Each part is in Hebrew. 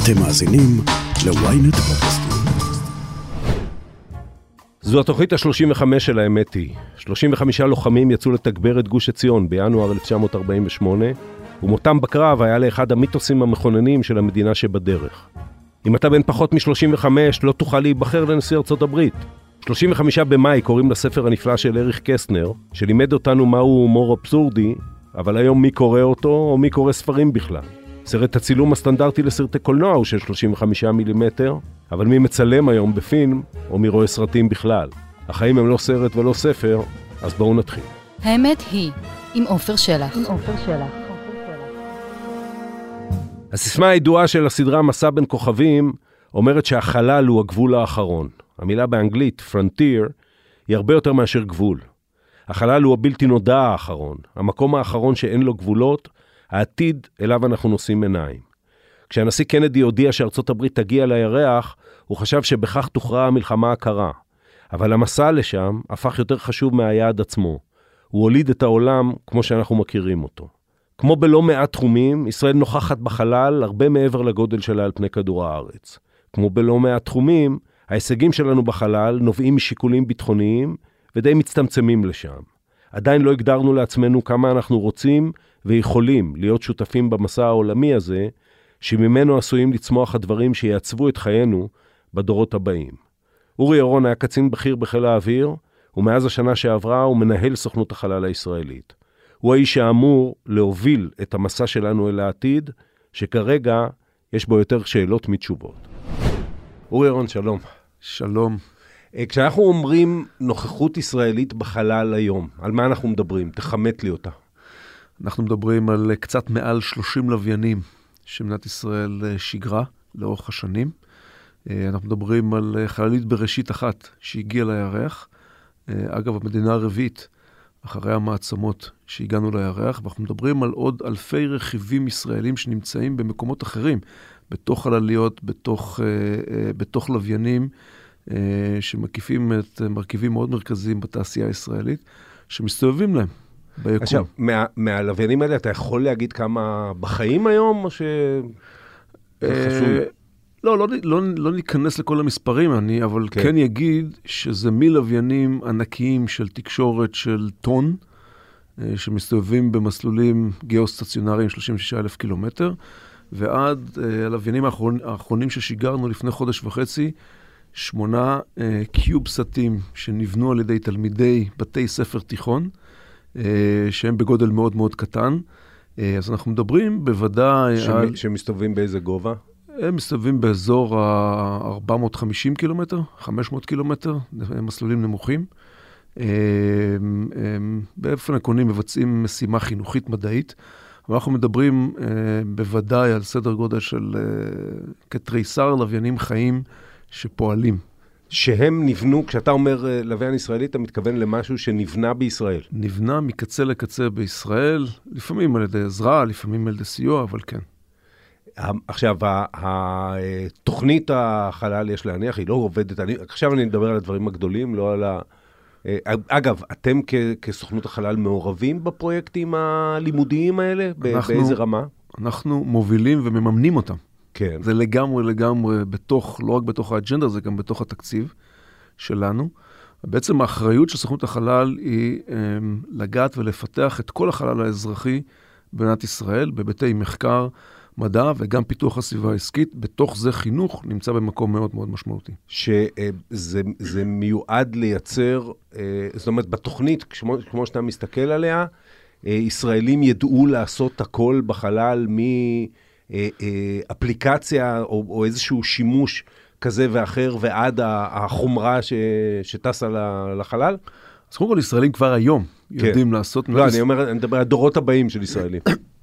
אתם מאזינים ל-ynet פודקאסטים. זו התוכנית ה-35 של האמת היא. 35 לוחמים יצאו לתגבר את גוש עציון בינואר 1948, ומותם בקרב היה לאחד המיתוסים המכוננים של המדינה שבדרך. אם אתה בן פחות מ-35, לא תוכל להיבחר לנשיא ארצות הברית. 35 במאי קוראים לספר הנפלא של אריך קסטנר, שלימד אותנו מהו הומור אבסורדי, אבל היום מי קורא אותו או מי קורא ספרים בכלל. סרט הצילום הסטנדרטי לסרטי קולנוע הוא של 35 מילימטר, אבל מי מצלם היום בפילם או מי רואה סרטים בכלל. החיים הם לא סרט ולא ספר, אז בואו נתחיל. האמת היא, עם עופר שלח. הסיסמה הידועה של הסדרה מסע בין כוכבים אומרת שהחלל הוא הגבול האחרון. המילה באנגלית, frontier, היא הרבה יותר מאשר גבול. החלל הוא הבלתי נודע האחרון, המקום האחרון שאין לו גבולות, העתיד אליו אנחנו נושאים עיניים. כשהנשיא קנדי הודיע שארצות הברית תגיע לירח, הוא חשב שבכך תוכרע המלחמה הקרה. אבל המסע לשם הפך יותר חשוב מהיעד עצמו. הוא הוליד את העולם כמו שאנחנו מכירים אותו. כמו בלא מעט תחומים, ישראל נוכחת בחלל הרבה מעבר לגודל שלה על פני כדור הארץ. כמו בלא מעט תחומים, ההישגים שלנו בחלל נובעים משיקולים ביטחוניים ודי מצטמצמים לשם. עדיין לא הגדרנו לעצמנו כמה אנחנו רוצים ויכולים להיות שותפים במסע העולמי הזה, שממנו עשויים לצמוח הדברים שיעצבו את חיינו בדורות הבאים. אורי ירון היה קצין בכיר בחיל האוויר, ומאז השנה שעברה הוא מנהל סוכנות החלל הישראלית. הוא האיש שאמור להוביל את המסע שלנו אל העתיד, שכרגע יש בו יותר שאלות מתשובות. אורי ירון, שלום. שלום. כשאנחנו אומרים נוכחות ישראלית בחלל היום, על מה אנחנו מדברים? תחמת לי אותה. אנחנו מדברים על קצת מעל 30 לוויינים שמדינת ישראל שיגרה לאורך השנים. אנחנו מדברים על חללית בראשית אחת שהגיעה לירח. אגב, המדינה הרביעית אחרי המעצמות שהגענו לירח, ואנחנו מדברים על עוד אלפי רכיבים ישראלים שנמצאים במקומות אחרים, בתוך חלליות, בתוך לוויינים, שמקיפים את מרכיבים מאוד מרכזיים בתעשייה הישראלית, שמסתובבים להם ביקום. עכשיו, מהלוויינים האלה אתה יכול להגיד כמה בחיים היום, או ש... לא ניכנס לכל המספרים, אבל כן יגיד שזה מלוויינים ענקיים של תקשורת של טון, שמסתובבים במסלולים גיאוסטציונריים 36,000 קילומטר, ועד הלוויינים האחרונים ששיגרנו לפני חודש וחצי, 8 קיובסטים שנבנו על ידי תלמידי בתי ספר תיכון, שהם בגודל מאוד מאוד קטן. אז אנחנו מדברים בוודאי... שמסתובבים באיזה גובה? הם מסתובבים באזור ה-450 קילומטר, 500 קילומטר, מסלולים נמוכים. באופן עקרוני מבצעים משימה חינוכית מדעית, ואנחנו מדברים בוודאי על סדר גודל של כתריסר לוויינים חיים שפועלים. שהם נבנו, כשאתה אומר לוויין ישראלי, אתה מתכוון למשהו שנבנה בישראל? נבנה מקצה לקצה בישראל, לפעמים על ידי עזרה, לפעמים על ידי סיוע, אבל כן. עכשיו, התוכנית החלל יש להניח, היא לא עובדת, עכשיו אני מדבר על הדברים הגדולים, לא על ה... אגב, אתם כסוכנות החלל מעורבים בפרויקטים הלימודיים האלה? באיזה רמה? אנחנו מובילים ומממנים אותם. כן. זה לגמרי בתוך, לא רק בתוך האג'נדה, זה גם בתוך התקציב שלנו. בעצם האחריות של סוכנות החלל היא לגעת ולפתח את כל החלל האזרחי במדינת ישראל, בביתי מחקר, מדע וגם פיתוח הסביבה העסקית, בתוך זה חינוך נמצא במקום מאוד מאוד משמעותי. שזה מיועד לייצר, זאת אומרת, בתוכנית, כמו שאתה מסתכל עליה, ישראלים ידעו לעשות הכל בחלל מאפליקציה או איזשהו שימוש כזה ואחר, ועד החומרה שטסה לחלל? אז קודם כל, ישראלים כבר היום יודעים לעשות... לא, אני מדבר על הדורות הבאים של ישראלים.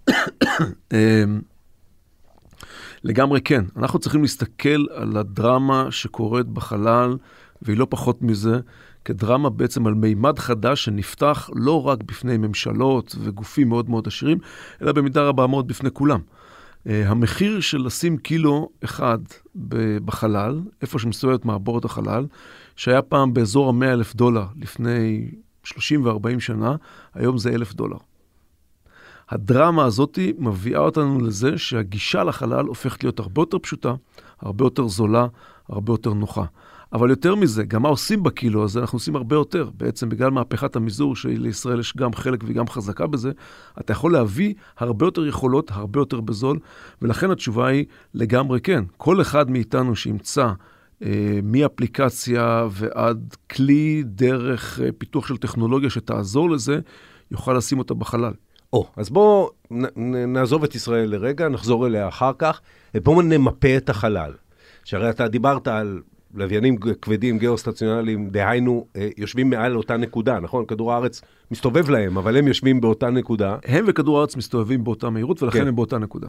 לגמרי כן. אנחנו צריכים להסתכל על הדרמה שקורית בחלל, והיא לא פחות מזה, כדרמה בעצם על מימד חדש שנפתח לא רק בפני ממשלות וגופים מאוד מאוד עשירים, אלא במידה רבה מאוד בפני כולם. המחיר של לשים קילו אחד בחלל, איפה שמסתובבת מעבורת החלל, שהיה פעם באזור $100,000 לפני 30 ו-40 שנה, היום זה $1,000. הדרמה הזאת מביאה אותנו לזה שהגישה לחלל הופכת להיות הרבה יותר פשוטה, הרבה יותר זולה, הרבה יותר נוחה. אבל יותר מזה, גם מה עושים בקילו הזה, אנחנו עושים הרבה יותר. בעצם בגלל מהפכת המזעור, שלישראל יש גם חלק וגם חזקה בזה, אתה יכול להביא הרבה יותר יכולות, הרבה יותר בזול, ולכן התשובה היא לגמרי כן. כל אחד מאיתנו שימצא מאפליקציה ועד כלי דרך פיתוח של טכנולוגיה שתעזור לזה, יוכל לשים אותה בחלל. אז בואו נעזוב את ישראל לרגע, נחזור אליה אחר כך, ובואו נמפה את החלל. שהרי אתה דיברת על לוויינים כבדים, גיאוסטציונליים, דהיינו, יושבים מעל אותה נקודה, נכון? כדור הארץ מסתובב להם, אבל הם יושבים באותה נקודה. הם וכדור הארץ מסתובבים באותה מהירות, ולכן הם באותה נקודה.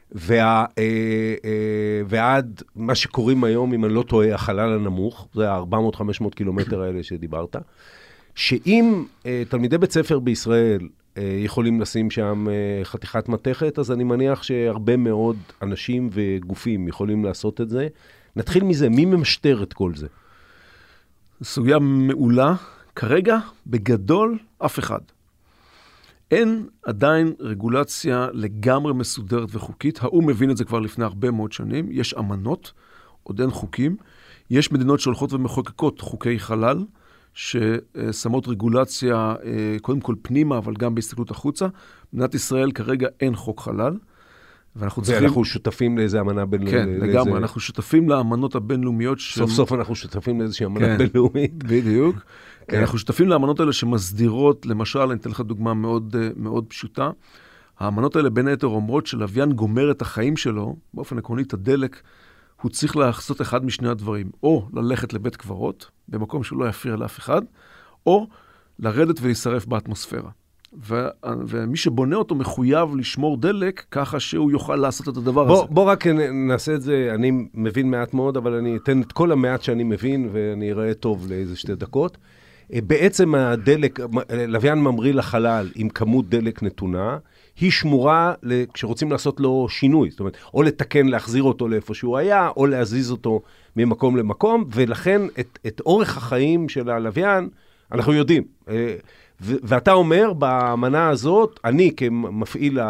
ועד מה שקוראים היום, אם אני לא טועה, החלל הנמוך, זה ה-400-500 קילומטר האלה שדיברת, שאם תלמידי בית ספר בישראל יכולים לשים שם חתיכת מתכת, אז אני מניח שהרבה מאוד אנשים וגופים יכולים לעשות את זה. נתחיל מזה, מי ממשטר את כל זה? סוגיה מעולה, כרגע בגדול אף אחד. אין עדיין רגולציה לגמרי מסודרת וחוקית, האום מבין את זה כבר לפני הרבה מאוד שנים, יש אמנות, עוד אין חוקים, יש מדינות שהולכות ומחוקקות חוקי חלל, ששמות רגולציה קודם כל פנימה, אבל גם בהסתכלות החוצה. במדינת ישראל כרגע אין חוק חלל, ואנחנו שותפים לאיזה אמנה בינלאומית. כן, לגמרי, אנחנו שותפים לאמנות הבינלאומיות. סוף סוף אנחנו שותפים לאיזושהי אמנה בינלאומית. בדיוק. אנחנו שותפים לאמנות האלה שמסדירות, למשל, אני אתן לך דוגמה מאוד, מאוד פשוטה. האמנות האלה בין היתר אומרות שלוויין גומר את החיים שלו, באופן עקרוני את הדלק, הוא צריך לעשות אחד משני הדברים, או ללכת לבית קברות, במקום שהוא לא יפריע לאף אחד, או לרדת ולהישרף באטמוספירה. ומי שבונה אותו מחויב לשמור דלק, ככה שהוא יוכל לעשות את הדבר הזה. בוא רק נעשה את זה, אני מבין מעט מאוד, אבל אני אתן את כל המעט שאני מבין, ואני אראה טוב לאיזה 2 דקות. בעצם הדלק, לוויין ממריא לחלל עם כמות דלק נתונה, היא שמורה כשרוצים לעשות לו שינוי, זאת אומרת, או לתקן, להחזיר אותו לאיפה שהוא היה, או להזיז אותו ממקום למקום, ולכן את אורך החיים של הלוויין, אנחנו יודעים. ואתה אומר, באמנה הזאת, אני כמפעיל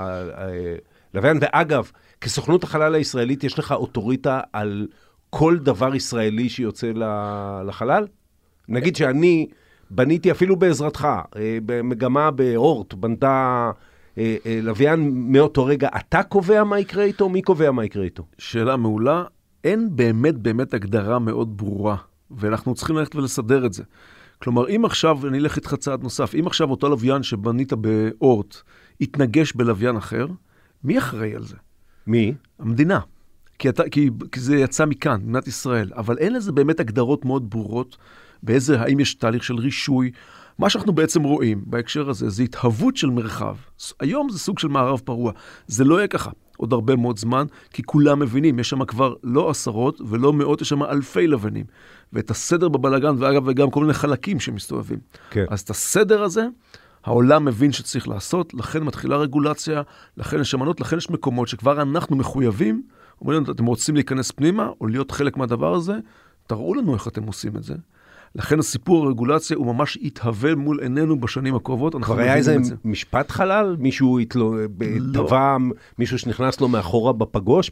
הלוויין, ואגב, כסוכנות החלל הישראלית, יש לך אוטוריטה על כל דבר ישראלי שיוצא לחלל? נגיד שאני בניתי אפילו בעזרתך, במגמה באורט, בנתה לוויין מאותו רגע, אתה קובע מה יקרה איתו? מי קובע מה יקרה איתו? שאלה מעולה. אין באמת הגדרה מאוד ברורה, ואנחנו צריכים ללכת ולסדר את זה. כלומר, אם עכשיו, אני אלך איתך צעד נוסף, אם עכשיו אותו לוויין שבנית באורט, יתנגש בלוויין אחר, מי אחראי על זה? מי? המדינה. כי זה יצא מכאן, מדינת ישראל. אבל אין לזה באמת הגדרות מאוד ברורות, האם יש תהליך של רישוי. מה שאנחנו בעצם רואים בהקשר הזה, זה התהוות של מרחב. היום זה סוג של מערב פרוע. זה לא יהיה ככה עוד הרבה מאוד זמן, כי כולם מבינים, יש שם כבר לא 10 ולא 100, יש שם אלפי לוויינים. ואת הסדר בבלגן, ואגב, וגם כל מיני חלקים שמסתובבים. כן. אז את הסדר הזה, העולם מבין שצריך לעשות, לכן מתחילה רגולציה, לכן יש אמנות, לכן יש מקומות שכבר אנחנו מחויבים, אומרים לנו, אתם רוצים להיכנס פנימה, או להיות חלק מהדבר הזה, תראו לנו איך אתם עושים את זה. לכן הסיפור הרגולציה הוא ממש התהווה מול עינינו בשנים הקרובות. כבר היה איזה משפט חלל? מישהו התהווה, מישהו שנכנס לו מאחורה בפגוש?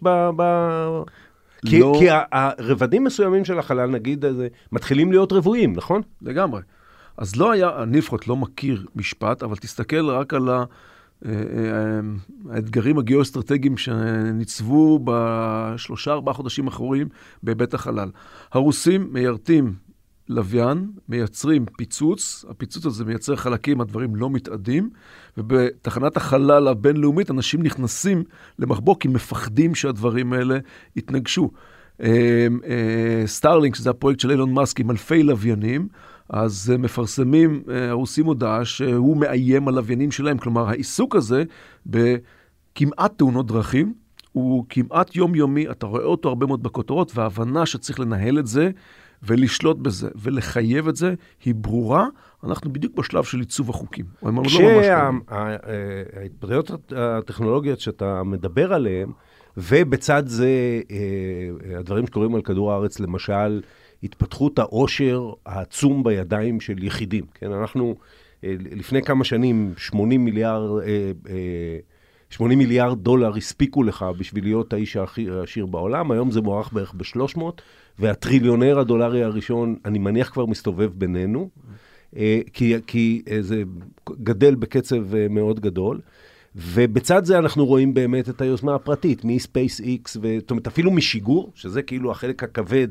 כי הרבדים מסוימים של החלל, נגיד, מתחילים להיות רבועים, נכון? לגמרי. אז לא היה, אני לפחות לא מכיר משפט, אבל תסתכל רק על האתגרים הגיאו-אסטרטגיים שניצבו ב3-4 חודשים אחרונים בבית החלל. הרוסים מיירטים לוויין, מייצרים פיצוץ, הפיצוץ הזה מייצר חלקים, הדברים לא מתאדים, ובתחנת החלל הבינלאומית אנשים נכנסים למחבוא, כי מפחדים שהדברים האלה יתנגשו. סטארלינק, שזה הפרויקט של אילון מאסק עם אלפי לוויינים, אז מפרסמים, הרוסים הודעה שהוא מאיים על לוויינים שלהם, כלומר העיסוק הזה בכמעט תאונות דרכים, הוא כמעט יומיומי, אתה רואה אותו הרבה מאוד בכותרות, וההבנה שצריך לנהל את זה, ולשלוט בזה, ולחייב את זה, היא ברורה. אנחנו בדיוק בשלב של עיצוב החוקים. כשההתפתחויות הטכנולוגיות שאתה מדבר עליהן, ובצד זה הדברים שקורים על כדור הארץ, למשל, התפתחות העושר העצום בידיים של יחידים. כן? אנחנו לפני כמה שנים 80 מיליארד דולר הספיקו לך בשביל להיות האיש הכי עשיר בעולם, היום זה מוערך בערך ב-300, והטריליונר הדולרי הראשון, אני מניח כבר מסתובב בינינו, כי זה גדל בקצב מאוד גדול, ובצד זה אנחנו רואים באמת את היוזמה הפרטית, מ-SpaceX, זאת אומרת, אפילו משיגור, שזה כאילו החלק הכבד,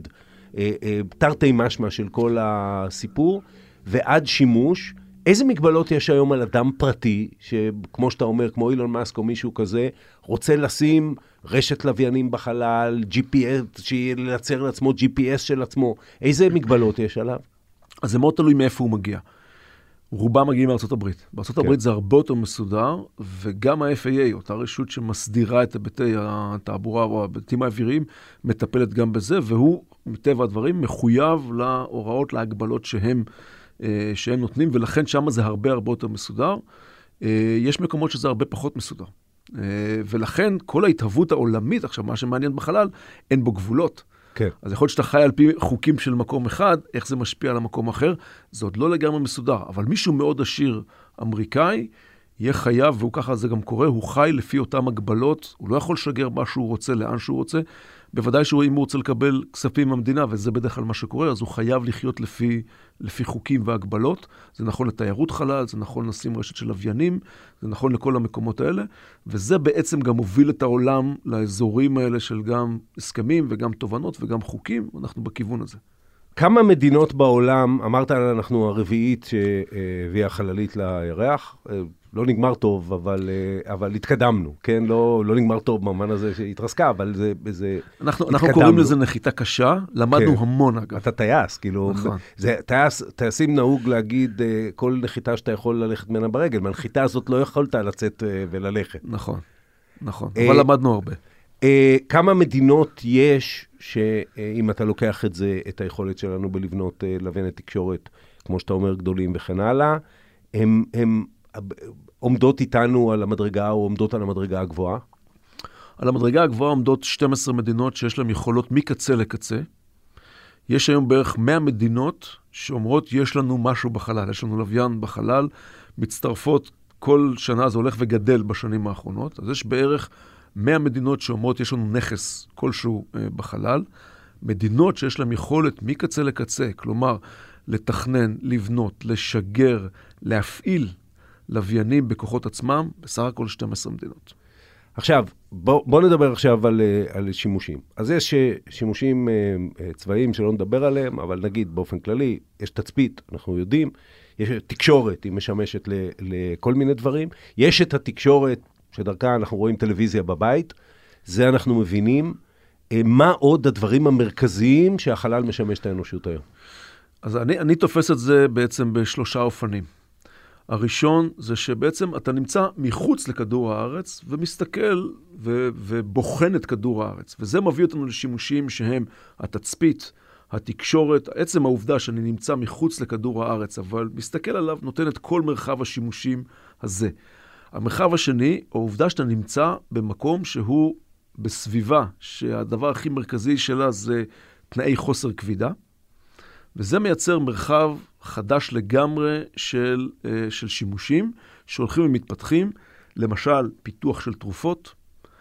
תרתי משמע של כל הסיפור, ועד שימוש. איזה מגבלות יש היום על אדם פרטי, שכמו שאתה אומר, כמו אילון מאסק או מישהו כזה, רוצה לשים רשת לוויינים בחלל, GPS, שייצר לעצמו GPS של עצמו, איזה מגבלות יש עליו? אז זה מאוד תלוי מאיפה הוא מגיע. רובם מגיעים מארצות הברית. בארצות הברית זה הרבה יותר מסודר, וגם ה-FAA, אותה רשות שמסדירה את היבטי התעבורה או היבטים האוויריים, מטפלת גם בזה, והוא, מטבע הדברים, מחויב להוראות, להגבלות שהם נותנים, ולכן שם זה הרבה יותר מסודר. יש מקומות שזה הרבה פחות מסודר. ולכן כל ההתהוות העולמית, עכשיו מה שמעניין בחלל, אין בו גבולות. כן. אז יכול להיות שאתה חי על פי חוקים של מקום אחד, איך זה משפיע על המקום אחר, זה עוד לא לגמרי מסודר. אבל מישהו מאוד עשיר אמריקאי, יהיה חייב, והוא ככה זה גם קורה, הוא חי לפי אותם הגבלות, הוא לא יכול לשגר מה שהוא רוצה, לאן שהוא רוצה, בוודאי אם הוא רוצה לקבל כספים מהמדינה, וזה בדרך כלל מה שקורה, אז הוא חייב לחיות לפי חוקים והגבלות. זה נכון לתיירות חלל, זה נכון לשים רשת של לוויינים, זה נכון לכל המקומות האלה, וזה בעצם גם מוביל את העולם לאזורים האלה של גם הסכמים וגם תובנות וגם חוקים, ואנחנו בכיוון הזה. כמה מדינות בעולם, אמרת אנחנו הרביעית שהביאה חללית לירח, לא נגמר טוב, אבל התקדמנו, כן? לא נגמר טוב במובן הזה שהתרסקה, אבל זה אנחנו קוראים לזה נחיתה קשה, למדנו המון אגב. אתה טייס, כאילו, טייסים נהוג להגיד, כל נחיתה שאתה יכול ללכת ממנה ברגל, מהנחיתה הזאת לא יכולת לצאת וללכת. נכון, אבל למדנו הרבה. כמה מדינות יש שאם אתה לוקח את זה, את היכולת שלנו בלבנות לווייני תקשורת, כמו שאתה אומר, גדולים וכן הלאה, הם עומדות איתנו על המדרגה או עומדות על המדרגה הגבוהה? על המדרגה הגבוהה עומדות 12 מדינות שיש להן יכולות מקצה לקצה. יש היום בערך 100 מדינות שאומרות יש לנו משהו בחלל, יש לנו לוויין בחלל, מצטרפות כל שנה, זה הולך וגדל בשנים האחרונות, אז יש בערך 100 מדינות שאומרות יש לנו נכס כלשהו בחלל, מדינות שיש להן יכולת מקצה לקצה, כלומר לתכנן, לבנות, לשגר, להפעיל לוויינים בכוחות עצמם, בסך הכל 12 מדינות. עכשיו, בוא נדבר עכשיו על שימושים. אז יש שימושים צבאיים שלא נדבר עליהם, אבל נגיד באופן כללי, יש תצפית, אנחנו יודעים, יש תקשורת, היא משמשת לכל מיני דברים, יש את התקשורת שדרכה אנחנו רואים טלוויזיה בבית, זה אנחנו מבינים, מה עוד הדברים המרכזיים שהחלל משמש את האנושות היום? אז אני תופס את זה בעצם בשלושה אופנים. הראשון זה שבעצם אתה נמצא מחוץ לכדור הארץ ומסתכל ובוחן את כדור הארץ. וזה מביא אותנו לשימושים שהם התצפית, התקשורת, עצם העובדה שאני נמצא מחוץ לכדור הארץ, אבל מסתכל עליו נותן את כל מרחב השימושים הזה. המרחב השני, העובדה שאתה נמצא במקום שהוא בסביבה, שהדבר הכי מרכזי שלה זה תנאי חוסר כבידה, וזה מייצר מרחב חדש לגמרי של שימושים שהולכים ומתפתחים, למשל פיתוח של תרופות,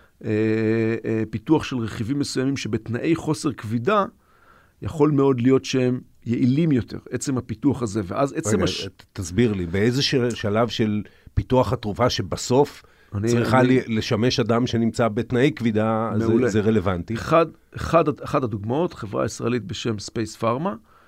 פיתוח של רכיבים מסוימים שבתנאי חוסר כבידה יכול מאוד להיות שהם יעילים יותר, עצם הפיתוח הזה, ואז עצם... תסביר לי, באיזה שלב של פיתוח התרופה שבסוף צריכה לשמש אדם שנמצא בתנאי כבידה, זה רלוונטי? אחד הדוגמאות, חברה ישראלית בשם Space Pharma,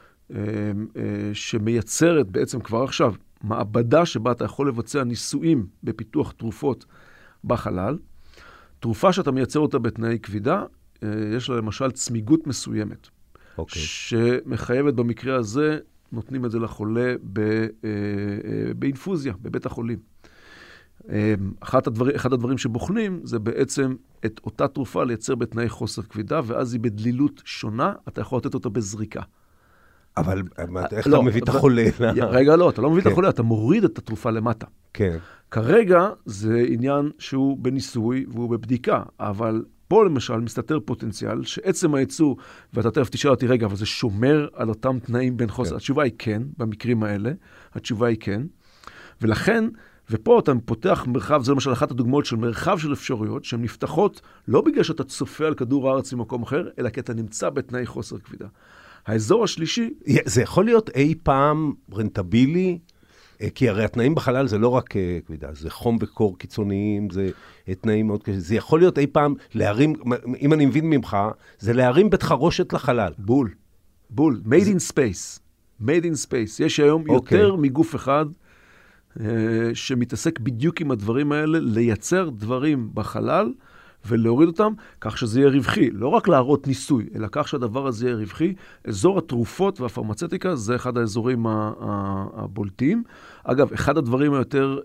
שמייצרת בעצם כבר עכשיו מעבדה שבה אתה יכול לבצע ניסויים בפיתוח תרופות בחלל. תרופה שאתה מייצר אותה בתנאי כבידה, יש לה למשל צמיגות מסוימת, שמחייבת במקרה הזה, נותנים את זה לחולה באינפוזיה, בבית החולים. אחד הדברים שבוחנים זה בעצם את אותה תרופה לייצר בתנאי חוסר כבידה, ואז היא בדלילות שונה, אתה יכול לתת אותה בזריקה. אבל איך אתה מביא את החולה? רגע, לא, אתה לא מביא את החולה, אתה מוריד את התרופה למטה. כן. כרגע זה עניין שהוא בניסוי והוא בבדיקה, אבל פה למשל מסתתר פוטנציאל שעצם הייצוא, ואתה תכף תשאל אותי, רגע, אבל זה שומר על אותם תנאים בין חוסר. התשובה היא כן, במקרים האלה, התשובה היא כן. ולכן, ופה אתה פותח מרחב, זה למשל אחת הדוגמאות של מרחב של אפשרויות, שהן נפתחות לא בגלל שאתה צופה על כדור הארץ ממקום אחר, אלא כי אתה נמצא בתנאי חוסר כבידה. האזור השלישי... זה יכול להיות אי פעם רנטבילי, כי הרי התנאים בחלל זה לא רק כבידה, זה חום וקור קיצוניים, זה תנאים מאוד קשים. זה יכול להיות אי פעם להרים, אם אני מבין ממך, זה להרים בית חרושת לחלל. בול. made in space. made in space. יש היום יותר מגוף אחד שמתעסק בדיוק עם הדברים האלה, לייצר דברים בחלל ולהוריד אותם, כך שזה יהיה רווחי. לא רק להראות ניסוי, אלא כך שהדבר הזה יהיה רווחי. אזור התרופות והפרמצטיקה זה אחד האזורים הבולטים. אגב, אחד הדברים היותר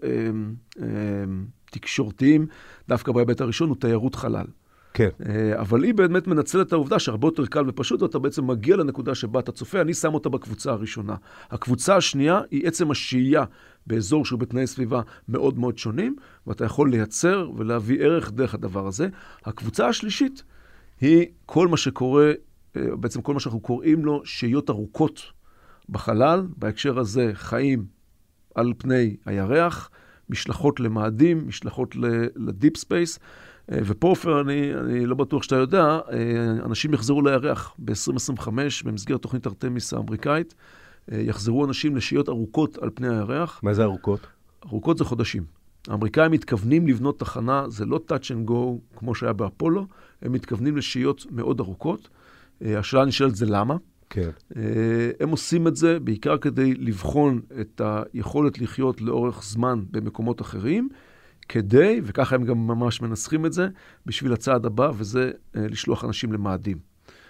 תקשורתיים, דווקא בהיבט הראשון, הוא תיירות חלל. כן. אבל היא באמת מנצלת את העובדה שהרבה יותר קל ופשוט, ואתה בעצם מגיע לנקודה שבה אתה צופה, אני שם אותה בקבוצה הראשונה. הקבוצה השנייה היא עצם השהייה באזור שהוא בתנאי סביבה מאוד מאוד שונים, ואתה יכול לייצר ולהביא ערך דרך הדבר הזה. הקבוצה השלישית היא כל מה שקורה, בעצם כל מה שאנחנו קוראים לו שהיות ארוכות בחלל, בהקשר הזה חיים על פני הירח, משלחות למאדים, משלחות לדיפ ספייס, ופה אופר, אני לא בטוח שאתה יודע, אנשים יחזרו לירח ב-2025, במסגרת תוכנית ארטמיס האמריקאית, יחזרו אנשים לשהיות ארוכות על פני הירח. מה זה ארוכות? ארוכות זה חודשים. האמריקאים מתכוונים לבנות תחנה, זה לא touch and go כמו שהיה באפולו, הם מתכוונים לשהיות מאוד ארוכות. השאלה נשאלת זה למה? כן. הם עושים את זה בעיקר כדי לבחון את היכולת לחיות לאורך זמן במקומות אחרים, כדי, וככה הם גם ממש מנסחים את זה, בשביל הצעד הבא, וזה לשלוח אנשים למאדים.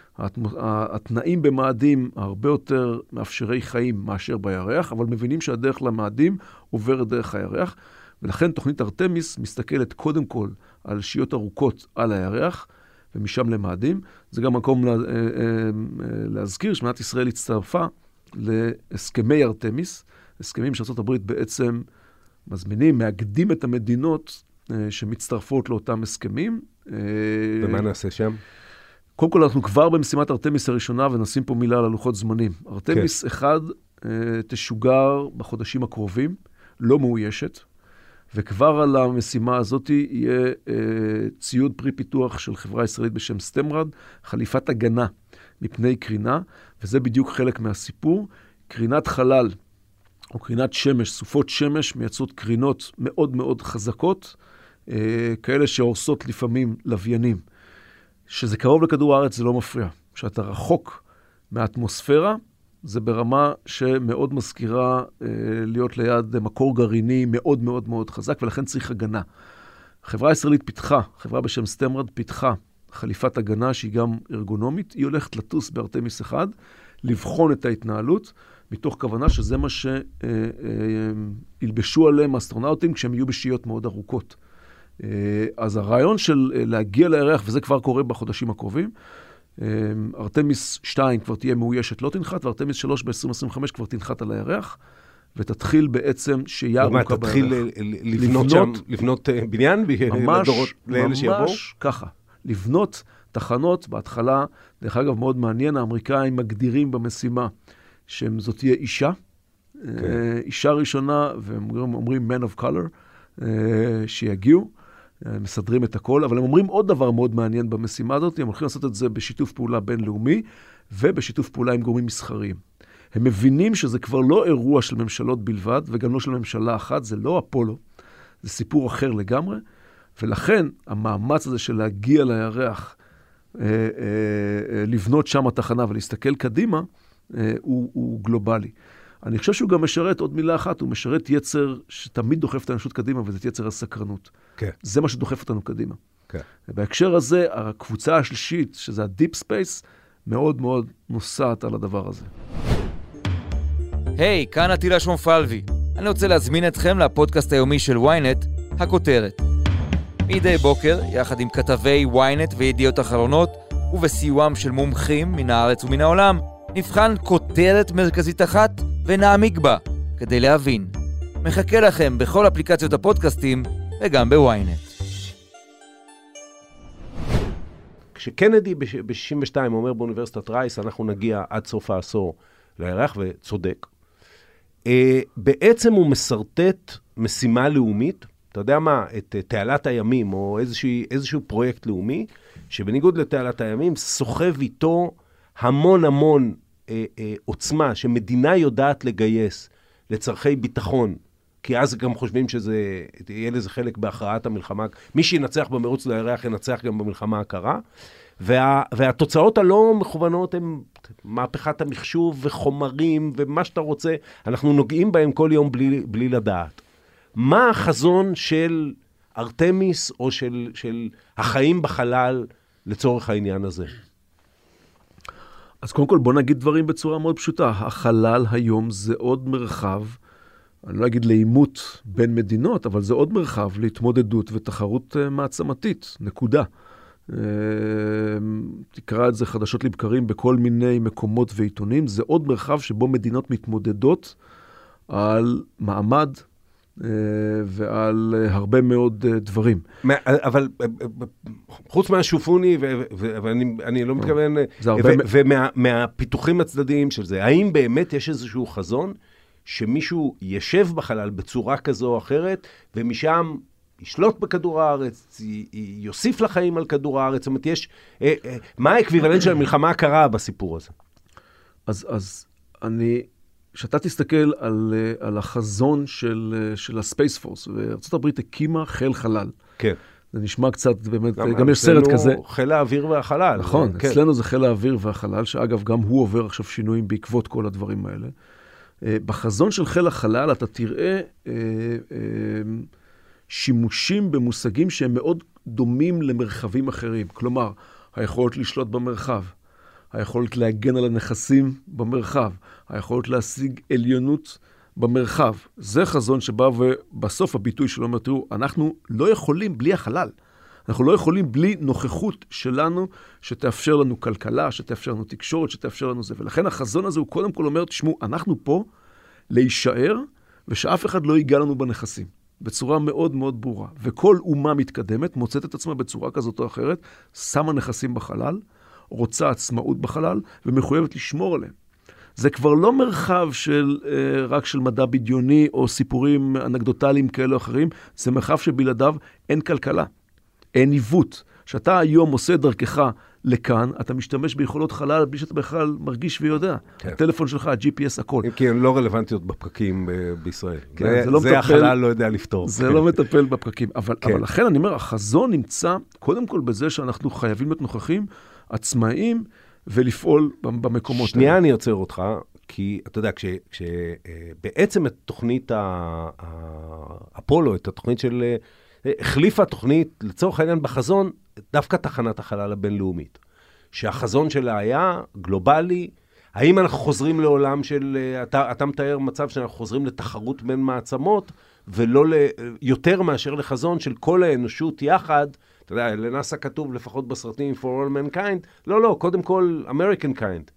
התנאים במאדים הרבה יותר מאפשרי חיים מאשר בירח, אבל מבינים שהדרך למאדים עוברת דרך הירח, ולכן תוכנית ארטמיס מסתכלת קודם כל על שהיות ארוכות על הירח, ומשם למאדים. זה גם מקום להזכיר שמדינת ישראל הצטרפה להסכמי ארטמיס, הסכמים שארצות הברית בעצם מזמינים, מאגדים את המדינות שמצטרפות לאותם הסכמים. ומה נעשה שם? קודם כל, אנחנו כבר במשימת ארטמיס הראשונה, ונשים פה מילה על הלוחות זמנים. ארטמיס 1 תשוגר בחודשים הקרובים, לא מאוישת, וכבר על המשימה הזאת יהיה ציוד פרי פיתוח של חברה ישראלית בשם סטמרד, חליפת הגנה מפני קרינה, וזה בדיוק חלק מהסיפור. קרינת חלל, או קרינת שמש, סופות שמש, מייצרות קרינות מאוד מאוד חזקות, כאלה שהורסות לפעמים לוויינים. שזה קרוב לכדור הארץ זה לא מפריע. כשאתה רחוק מהאטמוספירה, זה ברמה שמאוד מזכירה להיות ליד מקור גרעיני מאוד מאוד מאוד חזק, ולכן צריך הגנה. חברה ישראלית פיתחה, חברה בשם סטמרד פיתחה חליפת הגנה שהיא גם ארגונומית, היא הולכת לטוס בארטמיס 1, לבחון את ההתנהלות, מתוך כוונה שזה מה שילבשו עליהם האסטרונאוטים כשהם יהיו בשהיות מאוד ארוכות. אז הרעיון של להגיע לירח, וזה כבר קורה בחודשים הקרובים, ארטמיס 2 כבר תהיה מאוישת, לא תנחת, וארטמיס 3 ב-2025 כבר תנחת על הירח, ותתחיל בעצם שהייה ארוכה בירח. תתחיל לבנות שם, לבנות בניין לדורות לאלה שיבואו? ממש ככה. לבנות תחנות בהתחלה, דרך אגב מאוד מעניין, האמריקאים מגדירים במשימה שזאת תהיה אישה, אישה ראשונה, והם אומרים man of color, שיגיעו, מסדרים את הכל, אבל הם אומרים עוד דבר מאוד מעניין במשימה הזאת, הם הולכים לעשות את זה בשיתוף פעולה בינלאומי, ובשיתוף פעולה עם גורמים מסחריים. הם מבינים שזה כבר לא אירוע של ממשלות בלבד, וגם לא של ממשלה אחת, זה לא אפולו, זה סיפור אחר לגמרי, ולכן המאמץ הזה של להגיע לירח, לבנות שם התחנה ולהסתכל קדימה, הוא גלובלי. אני חושב שהוא גם משרת, עוד מילה אחת, הוא משרת יצר שתמיד דוחף את האנושות קדימה, וזה יצר הסקרנות. כן. זה מה שדוחף אותנו קדימה. כן. בהקשר הזה, הקבוצה השלישית, שזה הדיפ ספייס, מאוד מאוד נוסעת על הדבר הזה. היי, כאן עטילה שומפלבי. אני רוצה להזמין אתכם לפודקאסט היומי של ynet, הכותרת. מדי בוקר, יחד עם כתבי ynet וידיעות אחרונות, ובסיועם של מומחים מן הארץ ומן העולם, נבחן כותרת מרכזית אחת ונעמיק בה, כדי להבין. מחכה לכם בכל אפליקציות הפודקאסטים וגם בוויינט. כשקנדי ב-62 אומר באוניברסיטת רייס, אנחנו נגיע עד סוף העשור לירח, וצודק. בעצם הוא מסרטט משימה לאומית, אתה יודע מה, את תעלת הימים, או איזשהו פרויקט לאומי, שבניגוד לתעלת הימים, סוחב איתו המון המון עוצמה, שמדינה יודעת לגייס לצרכי ביטחון, כי אז גם חושבים שזה, יהיה לזה חלק בהכרעת המלחמה, מי שינצח במרוץ לירח ינצח גם במלחמה הקרה, והתוצאות הלא מכוונות הן מהפכת המחשוב וחומרים ומה שאתה רוצה, אנחנו נוגעים בהם כל יום בלי לדעת. מה החזון של ארתמיס או של החיים בחלל לצורך העניין הזה? אז קודם כל בוא נגיד דברים בצורה מאוד פשוטה. החלל היום זה עוד מרחב, אני לא אגיד לאימות בין מדינות, אבל זה עוד מרחב להתמודדות ותחרות מעצמתית, נקודה. תקרא את זה חדשות לבקרים בכל מיני מקומות ועיתונים, זה עוד מרחב שבו מדינות מתמודדות על מעמד ועל הרבה מאוד דברים. אבל חוץ מהשופוני, ואני לא מתכוון, ומהפיתוחים הצדדיים של זה, האם באמת יש איזשהו חזון שמישהו ישב בחלל בצורה כזו או אחרת, ומשם ישלוט בכדור הארץ, יוסיף לחיים על כדור הארץ, זאת אומרת, מה האקוויוולנט של המלחמה הקרה בסיפור הזה? אז כשאתה תסתכל על החזון של הספייס פורס, וארצות הברית הקימה חיל חלל. כן. זה נשמע קצת, באמת, גם יש סרט כזה. חיל האוויר והחלל. נכון, אצלנו זה חיל האוויר והחלל, שאגב, גם הוא עובר עכשיו שינויים בעקבות כל הדברים האלה. בחזון של חיל החלל אתה תראה שימושים במושגים שהם מאוד דומים למרחבים אחרים. כלומר, היכולת לשלוט במרחב, היכולת להגן על הנכסים במרחב, היכולת להשיג עליונות במרחב. זה חזון שבא ובסוף הביטוי שלו אומר, תראו, אנחנו לא יכולים בלי החלל. אנחנו לא יכולים בלי נוכחות שלנו שתאפשר לנו כלכלה, שתאפשר לנו תקשורת, שתאפשר לנו זה. ולכן החזון הזה הוא קודם כל אומר, תשמעו, אנחנו פה להישאר ושאף אחד לא ייגע לנו בנכסים. בצורה מאוד מאוד ברורה. וכל אומה מתקדמת מוצאת את עצמה בצורה כזאת או אחרת, שמה נכסים בחלל, רוצה עצמאות בחלל ומחויבת לשמור עליהם. זה כבר לא מרחב רק של מדע בדיוני או סיפורים אנקדוטליים כאלה או אחרים, זה מרחב שבלעדיו אין כלכלה, אין עיוות. שאתה היום עושה דרכך לכאן, אתה משתמש ביכולות חלל בלי שאתה בכלל מרגיש ויודע. כן. הטלפון שלך, ה-GPS, הכל. כי הן לא רלוונטיות בפקקים בישראל. כן, זה החלל לא יודע לפתור. זה לא מטפל בפקקים. אבל לכן אני אומר, החזון נמצא קודם כל בזה שאנחנו חייבים להיות נוכחים, עצמאיים, ולפעול במקומות האלה. שנייה אני עוצר אותך, כי אתה יודע, כשבעצם את תוכנית אפולו, את התוכנית של... החליפה תוכנית, לצורך העניין בחזון, דווקא תחנת החלל הבינלאומית. שהחזון שלה היה גלובלי, האם אנחנו חוזרים לעולם של... אתה מתאר מצב שאנחנו חוזרים לתחרות בין מעצמות, ולא יותר מאשר לחזון של כל האנושות יחד, אתה יודע, לנאסא כתוב לפחות בסרטים For All Mankind, לא, קודם כל American Kind.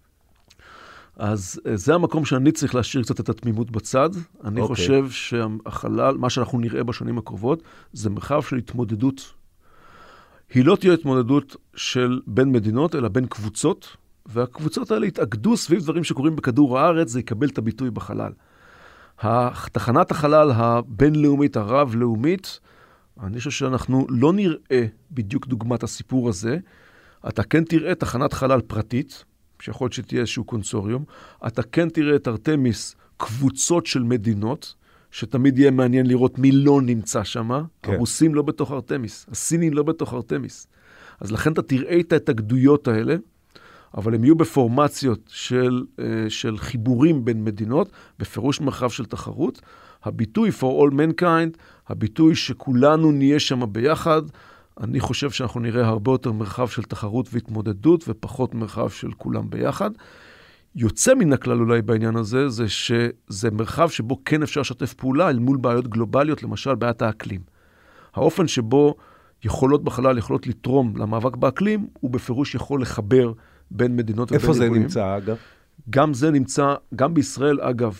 אז זה המקום שאני צריך להשאיר קצת את התמימות בצד. אני חושב שהחלל, מה שאנחנו נראה בשנים הקרובות, זה מרחב של התמודדות. היא לא תהיה התמודדות של בין מדינות, אלא בין קבוצות, והקבוצות האלה יתאגדו סביב דברים שקורים בכדור הארץ, זה יקבל את הביטוי בחלל. תחנת החלל הבינלאומית, הרב-לאומית, אני חושב שאנחנו לא נראה בדיוק דוגמת הסיפור הזה. אתה כן תראה תחנת חלל פרטית, שיכול להיות שתהיה איזשהו קונסוריום. אתה כן תראה את ארתמיס קבוצות של מדינות, שתמיד יהיה מעניין לראות מי לא נמצא שם. כן. הרוסים לא בתוך ארתמיס, הסינים לא בתוך ארתמיס. אז לכן אתה תראה את ההתאגדויות האלה, אבל הם יהיו בפורמציות של חיבורים בין מדינות, בפירוש מרחב של תחרות. הביטוי for all mankind, הביטוי שכולנו נהיה שם ביחד, אני חושב שאנחנו נראה הרבה יותר מרחב של תחרות והתמודדות, ופחות מרחב של כולם ביחד. יוצא מן הכלל אולי בעניין הזה, זה שזה מרחב שבו כן אפשר לשתף פעולה אל מול בעיות גלובליות, למשל בעיית האקלים. האופן שבו יכולות בחלל יכולות לתרום למאבק באקלים, הוא בפירוש יכול לחבר בין מדינות ובין איפה זה נמצא, אגב? גם זה נמצא, גם בישראל, אגב,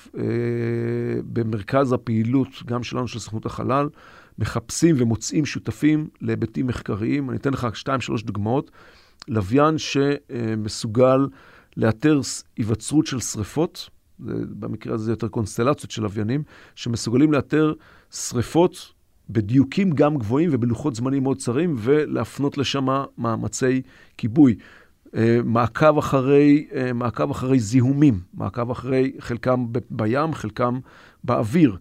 במרכז הפעילות, גם שלנו של סוכנות החלל, מחפשים ומוצאים שותפים להיבטים מחקריים. אני אתן לך 2-3 דוגמאות. לוויין שמסוגל לאתר היווצרות של שריפות במקרה הזה יותר קונסטלציות של לוויינים, שמסוגלים לאתר שריפות בדיוקים גם גבוהים ובלוחות זמנים מאוד צרים, ולהפנות לשם מאמצי כיבוי. מעקב אחרי זיהומים, מעקב אחרי חלקם בים, חלקם באוויר.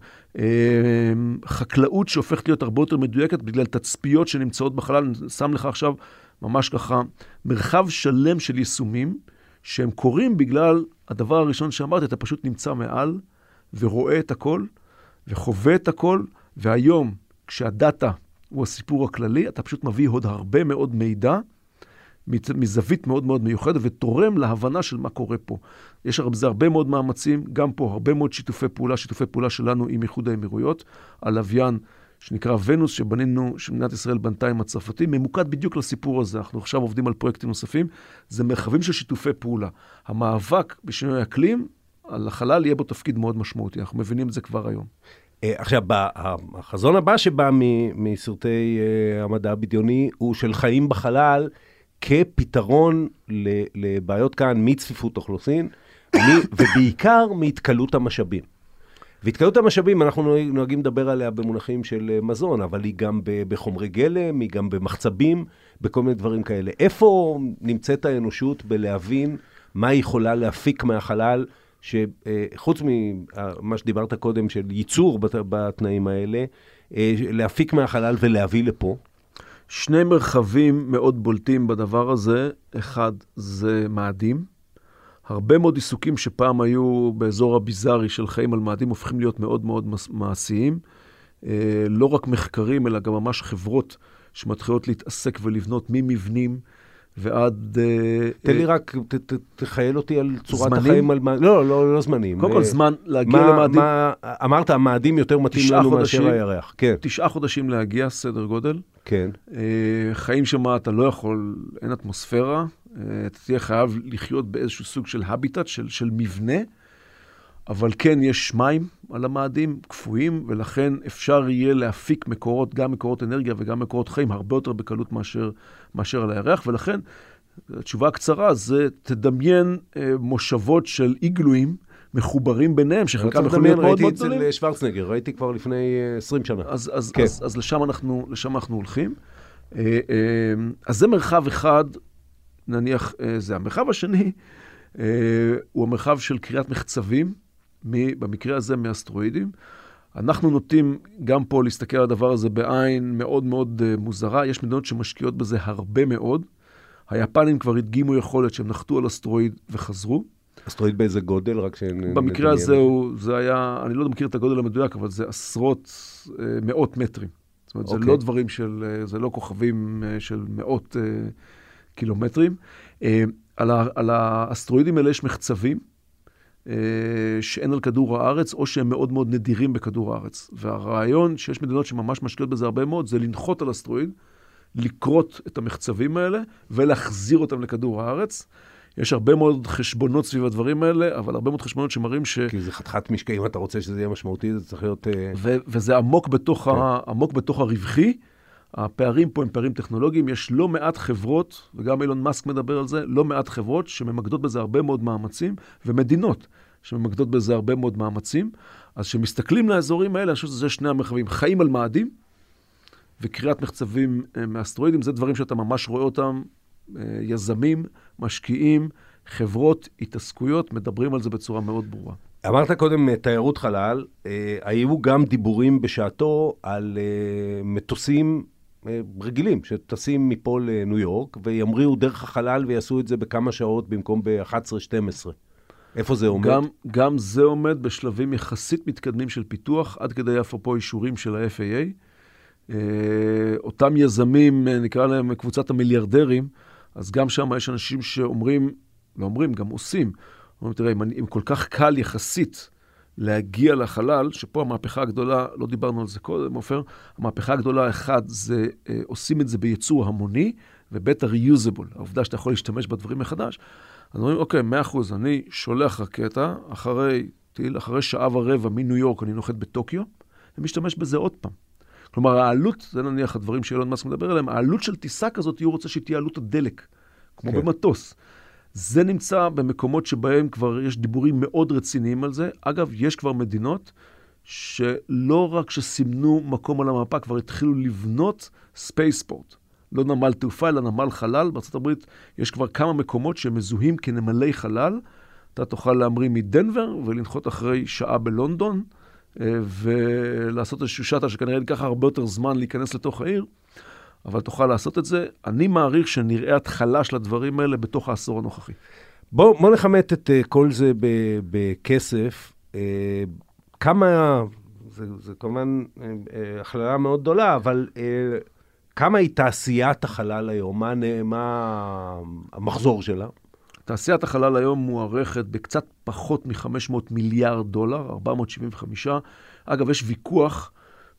חקלאות שהופכת להיות הרבה יותר מדויקת בגלל תצפיות שנמצאות בחלל. אני שם לך עכשיו ממש ככה מרחב שלם של יישומים שהם קורים בגלל הדבר הראשון שאמרתי, אתה פשוט נמצא מעל ורואה את הכל וחווה את הכל, והיום כשהדאטה הוא הסיפור הכללי, אתה פשוט מביא עוד הרבה מאוד מידע מזווית מאוד מאוד מיוחדת, ותורם להבנה של מה קורה פה. יש הרבה מאוד מאמצים, גם פה הרבה מאוד שיתופי פעולה שלנו עם איחוד האמירויות, הלוויין שנקרא ונוס, שמדינת ישראל בנתה עם הצרפתים, ממוקד בדיוק לסיפור הזה. אנחנו עכשיו עובדים על פרויקטים נוספים, זה מרחבים של שיתופי פעולה. המאבק בשינוי אקלים, על החלל יהיה בו תפקיד מאוד משמעותי, אנחנו מבינים את זה כבר היום. עכשיו, החזון הבא שבא מסרטי המדע הבדיוני, הוא של חיים בחלל, כפתרון לבעיות כאן מצפיפות אוכלוסין, ובעיקר מהתקלות המשאבים. והתקלות המשאבים, אנחנו נוהגים לדבר עליה במונחים של מזון, אבל היא גם בחומרי גלם, היא גם במחצבים, בכל מיני דברים כאלה. איפה נמצאת האנושות בלהבין מה היא יכולה להפיק מהחלל, שחוץ ממה שדיברת קודם, של ייצור בתנאים האלה, להפיק מהחלל ולהביא לפה? שני מרחבים מאוד בולטים בדבר הזה. אחד זה מאדים. הרבה מאוד עיסוקים שפעם היו באזור הביזארי של חיים על מאדים הופכים להיות מאוד מאוד מעשיים. לא רק מחקרים, אלא גם ממש חברות שמתחילות להתעסק ולבנות ממבנים ועד... תן לי רק, תחייל אותי על צורת החיים על מאדים. לא זמנים. קודם כל זמן להגיע למאדים. אמרת, המאדים יותר מתאים לנו מאשר הירח. 9 חודשים להגיע, סדר גודל. כן. חיים שמה אתה לא יכול, אין אטמוספירה, אתה תהיה חייב לחיות באיזשהו סוג של הביטט, של מבנה, אבל כן יש מים על המאדים, קפואים, ולכן אפשר יהיה להפיק מקורות, גם מקורות אנרגיה וגם מקורות חיים, הרבה יותר בקלות מאשר על הירח, ולכן התשובה הקצרה זה תדמיין מושבות של איגלויים, מחוברים ביניהם, שחלקם יכולים להיות מאוד מאוד גדולים. ראיתי אצל שוורצנגר, ראיתי כבר לפני 20 שנה. אז לשם אנחנו הולכים. אז זה מרחב אחד, נניח זה. המרחב השני הוא המרחב של קריאת מחצבים, במקרה הזה מאסטרואידים. אנחנו נוטים גם פה להסתכל על הדבר הזה בעין מאוד מאוד מוזרה. יש מדינות שמשקיעות בזה הרבה מאוד. היפנים כבר הדגימו יכולת שהם נחתו על אסטרואיד וחזרו. אסטרואיד באיזה גודל? במקרה הזה זה היה, אני לא מכיר את הגודל המדויק, אבל זה עשרות, מאות מטרים. זאת אומרת, זה לא דברים זה לא כוכבים של מאות קילומטרים. על האסטרואידים האלה יש מחצבים, שאין על כדור הארץ, או שהם מאוד מאוד נדירים בכדור הארץ. והרעיון שיש מדינות שממש משקיעות בזה הרבה מאוד, זה לנחות על אסטרואיד, לקרות את המחצבים האלה, ולהחזיר אותם לכדור הארץ. יש הרבה מאוד חשבונות סביב הדברים האלה, אבל הרבה מאוד חשבונות שמראים כי זה חתיכת משקע, אם אתה רוצה שזה יהיה משמעותי, זה צריך להיות... וזה עמוק בתוך הרווחי. הפערים פה הם פערים טכנולוגיים. יש לא מעט חברות, וגם אילון מאסק מדבר על זה, לא מעט חברות שממקדות בזה הרבה מאוד מאמצים, ומדינות שממקדות בזה הרבה מאוד מאמצים. אז שמסתכלים לאזורים האלה, אני חושב שזה שני המרחבים. חיים על מאדים, וקריאת מחצבים מאסטרואידים, זה דברים שאתה ממש רואה אותם, יזמים, משקיעים, חברות, התעסקויות, מדברים על זה בצורה מאוד ברורה. אמרת קודם תיירות חלל, היו גם דיבורים בשעתו על מטוסים רגילים, שטסים מפה לניו יורק, וימריאו דרך החלל ויעשו את זה בכמה שעות במקום ב-11-12. איפה זה עומד? גם זה עומד בשלבים יחסית מתקדמים של פיתוח, עד כדי אפרופו אישורים של ה-FAA. אותם יזמים, נקרא להם קבוצת המיליארדרים, אז גם שם יש אנשים שאומרים, לא אומרים, גם עושים. אומרים, תראה, אם כל כך קל יחסית להגיע לחלל, שפה המהפכה הגדולה, לא דיברנו על זה קודם, עופר, המהפכה הגדולה, אחד, זה עושים את זה בייצור המוני, ובית ה-reusable, העובדה שאתה יכול להשתמש בדברים מחדש. אז אומרים, אוקיי, 100%, אני שולח רקטה, אחרי שעה ורבע מניו יורק, אני נוחת בטוקיו, ומשתמש בזה עוד פעם. כלומר, העלות, זה נניח הדברים שאילון מאסק מדבר עליהם, העלות של טיסה כזאת, הוא רוצה שתהיה עלות הדלק, כמו במטוס. זה נמצא במקומות שבהם כבר יש דיבורים מאוד רציניים על זה. אגב, יש כבר מדינות שלא רק שסימנו מקום על המפה, כבר התחילו לבנות ספייספורט. לא נמל תעופה, אלא נמל חלל. בארצות הברית יש כבר כמה מקומות שמזוהים כנמלי חלל. אתה תוכל להמריא מדנבר ולנחות אחרי שעה בלונדון, ולעשות איזשהו שטה שכנראה ייקח הרבה יותר זמן להיכנס לתוך העיר, אבל תוכל לעשות את זה. אני מעריך שנראה התחלה של הדברים האלה בתוך העשור הנוכחי. בוא נחמת את כל זה בכסף. כמה, זה כמובן הכללה מאוד גדולה, אבל כמה היא תעשיית החלל היום? מה המחזור שלה? תעשיית החלל היום מוערכת בקצת פחות $500 מיליארד, 475. אגב, יש ויכוח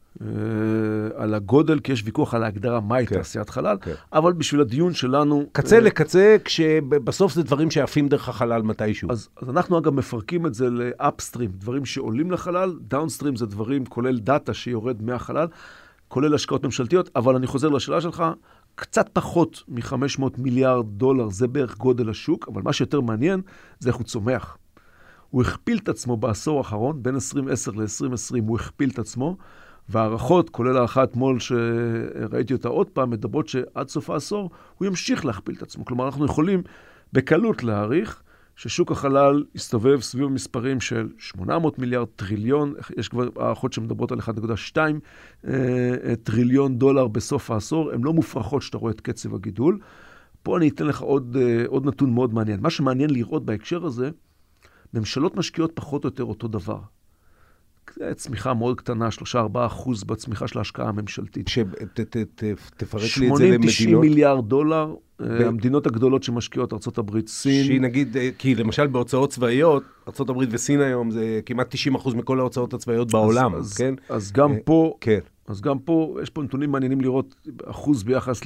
על הגודל, כי יש ויכוח על ההגדרה מהי תעשיית חלל, אבל בשביל הדיון שלנו... קצה לקצה, כשבסוף זה דברים שעפים דרך החלל מתישהו. אז אנחנו אגב מפרקים את זה לאפסטרים, דברים שעולים לחלל, דאונסטרים זה דברים כולל דאטה שיורד מהחלל, כולל השקעות ממשלתיות, אבל אני חוזר לשאלה שלך, קצת פחות $500 מיליארד, זה בערך גודל השוק, אבל מה שיותר מעניין זה איך הוא צומח. הוא הכפיל את עצמו בעשור האחרון, בין 2010 ל-2020 הוא הכפיל את עצמו, והערכות, כולל הערכה אתמול שראיתי אותה עוד פעם, מדברות שעד סוף העשור הוא ימשיך להכפיל את עצמו. כלומר, אנחנו יכולים בקלות להעריך ששוק החלל יסתובב סביב המספרים של 800 מיליארד טריליון, יש כבר הערכות שמדברות על 1.2 טריליון דולר בסוף העשור, הן לא מופרכות שאתה רואה את קצב הגידול. פה אני אתן לך עוד נתון מאוד מעניין. מה שמעניין לראות בהקשר הזה, ממשלות משקיעות פחות או יותר אותו דבר. זה צמיחה מאוד קטנה, 3-4% בצמיחה של ההשקעה הממשלתית. תפרק לי את זה למדינות. $80-90 מיליארד, המדינות הגדולות שמשקיעות, ארצות הברית, סין. שהיא נגיד, כי למשל בהוצאות צבאיות, ארצות הברית וסין היום זה כמעט 90% מכל ההוצאות הצבאיות בעולם, כן? אז גם פה, אז גם פה, יש פה נתונים מעניינים לראות אחוז ביחס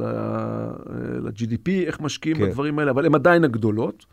ל-GDP, איך משקיעים בדברים האלה, אבל הם עדיין הגדולות.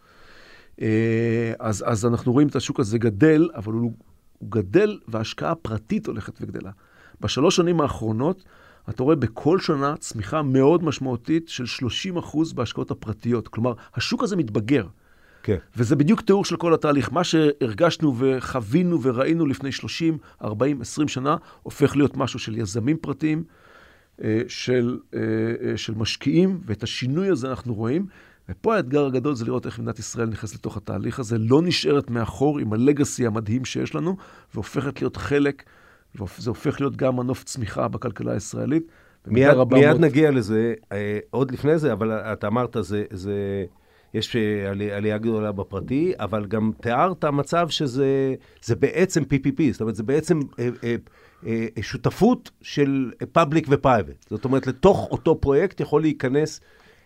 אז אנחנו רואים את השוק הזה גדל, אבל הוא גדל וההשקעה הפרטית הולכת וגדלה. בשלוש שנים האחרונות, אתה רואה בכל שנה צמיחה מאוד משמעותית של 30% בהשקעות הפרטיות. כלומר, השוק הזה מתבגר. כן. וזה בדיוק תיאור של כל התהליך. מה שהרגשנו וחווינו וראינו לפני 30, 40, 20 שנה, הופך להיות משהו של יזמים פרטיים, של משקיעים, ואת השינוי הזה אנחנו רואים. ופה האתגר הגדול זה לראות איך מדינת ישראל נכנס לתוך התהליך הזה, לא נשארת מאחור עם הלגאסי המדהים שיש לנו, והופכת להיות חלק, וזה הופך להיות גם מנוף צמיחה בכלכלה הישראלית. מיד נגיע לזה, עוד לפני זה, אבל אתה אמרת, יש עלייה גדולה בפרטי, אבל גם תיארת מצב שזה בעצם PPP, זאת אומרת, זה בעצם שותפות של פאבליק ופרייבט. זאת אומרת, לתוך אותו פרויקט יכול להיכנס...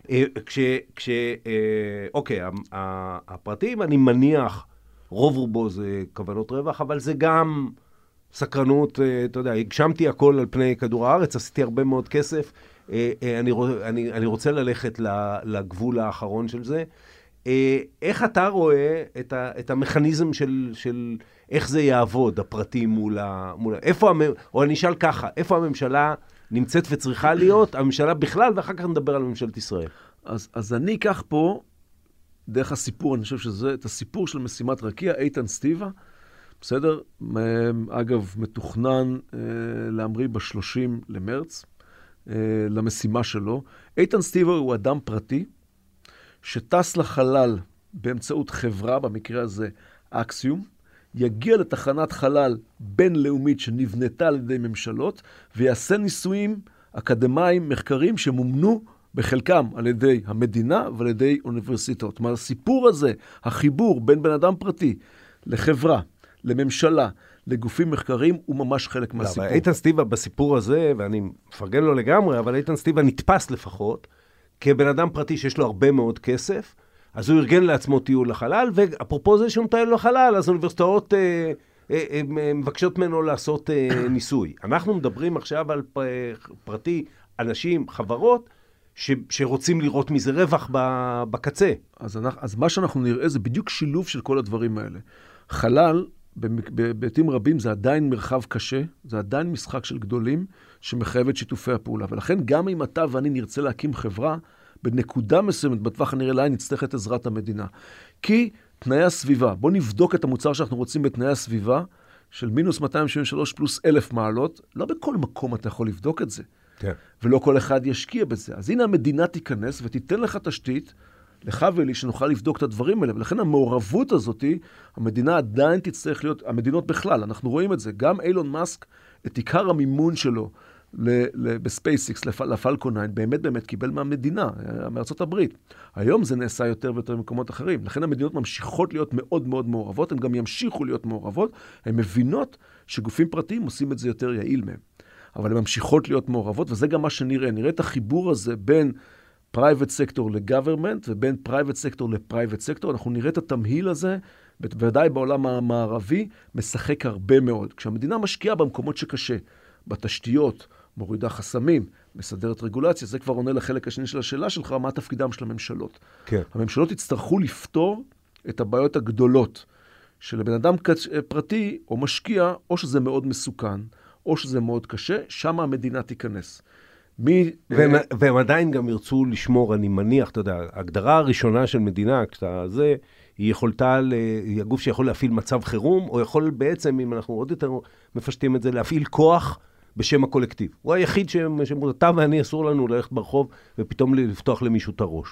אוקיי, הפרטים, אני מניח, רוב רובו זה כוונות רווח, אבל זה גם סקרנות, אתה יודע, הגשמתי הכל על פני כדור הארץ, עשיתי הרבה מאוד כסף, אני רוצה ללכת לגבול האחרון של זה. איך אתה רואה את המכניזם של איך זה יעבוד, הפרטים מול או אני אשאל ככה, איפה הממשלה... נמצאת וצריכה להיות, הממשלה בכלל, ואחר כך נדבר על ממשלת ישראל. אז אני אקח פה, דרך הסיפור, אני חושב שזה, את הסיפור של משימת רקיע, איתן סטיבה, בסדר? אגב, מתוכנן להמריא ב-30 למרץ, למשימה שלו. איתן סטיבה הוא אדם פרטי, שטס לחלל באמצעות חברה, במקרה הזה אקסיום, יגיע לתחנת חלל בינלאומית שנבנתה על ידי ממשלות, ויעשה ניסויים אקדמיים, מחקרים שמומנו בחלקם על ידי המדינה ועל ידי אוניברסיטאות. מה הסיפור הזה, החיבור בין בן אדם פרטי לחברה, לממשלה, לגופים מחקרים, הוא ממש חלק מהסיפור. אבל איתן סטיבה בסיפור הזה, ואני מפרגן לו לגמרי, אבל איתן סטיבה נתפס לפחות, כבן אדם פרטי שיש לו הרבה מאוד כסף, אז הוא ארגן לעצמו טיול לחלל, ואפרופו זה שהוא מטייל לחלל, אז האוניברסיטאות מבקשות ממנו לעשות ניסוי. אנחנו מדברים עכשיו על פרטי, אנשים, חברות, שרוצים לראות מזה רווח בקצה. אז מה שאנחנו נראה זה בדיוק שילוב של כל הדברים האלה. חלל, בהיבטים רבים, זה עדיין מרחב קשה, זה עדיין משחק של גדולים, שמחייב את שיתופי הפעולה. ולכן גם אם אתה ואני נרצה להקים חברה, בנקודה מסוימת, בטווח הנראה לעין, נצטרך את עזרת המדינה. כי תנאי הסביבה, בוא נבדוק את המוצר שאנחנו רוצים בתנאי הסביבה, של מינוס 273 פלוס 1,000 מעלות, לא בכל מקום אתה יכול לבדוק את זה. כן. ולא כל אחד ישקיע בזה. אז הנה המדינה תיכנס ותיתן לך תשתית, לך ולי, שנוכל לבדוק את הדברים האלה. ולכן המעורבות הזאת, המדינה עדיין תצטרך להיות, המדינות בכלל, אנחנו רואים את זה. גם אילון מאסק, את עיקר המימון שלו בספייסיקס, לפלקון 9, באמת קיבל מהמדינה, מארצות הברית. היום זה נעשה יותר ויותר במקומות אחרים. לכן המדינות ממשיכות להיות מאוד מאוד מעורבות, הן גם ימשיכו להיות מעורבות, הן מבינות שגופים פרטיים עושים את זה יותר יעיל מהם. אבל הן ממשיכות להיות מעורבות, וזה גם מה שנראה. נראה את החיבור הזה בין private sector ל-government, ובין private sector ל-private sector. אנחנו נראה את התמהיל הזה, בוודאי בעולם המערבי, משחק הרבה מאוד. כשהמדינה משקיעה במקומות שקשה, בתשתיות, מורידה חסמים, מסדרת רגולציה, זה כבר עונה לחלק השני של השאלה שלך, מה תפקידם של הממשלות. כן. הממשלות יצטרכו לפתור את הבעיות הגדולות, שלבן אדם פרטי או משקיע, או שזה מאוד מסוכן, או שזה מאוד קשה, שם המדינה תיכנס. והם עדיין גם ירצו לשמור, אני מניח, אתה יודע, ההגדרה הראשונה של מדינה, היא יכולתה, היא הגוף שיכול להפעיל מצב חירום, או יכול בעצם, אם אנחנו עוד יותר מפשטים את זה, להפעיל כוח בשם הקולקטיב. הוא היחיד אתה ואני אסור לנו ללכת ברחוב, ופתאום לפתוח למישהו את הראש.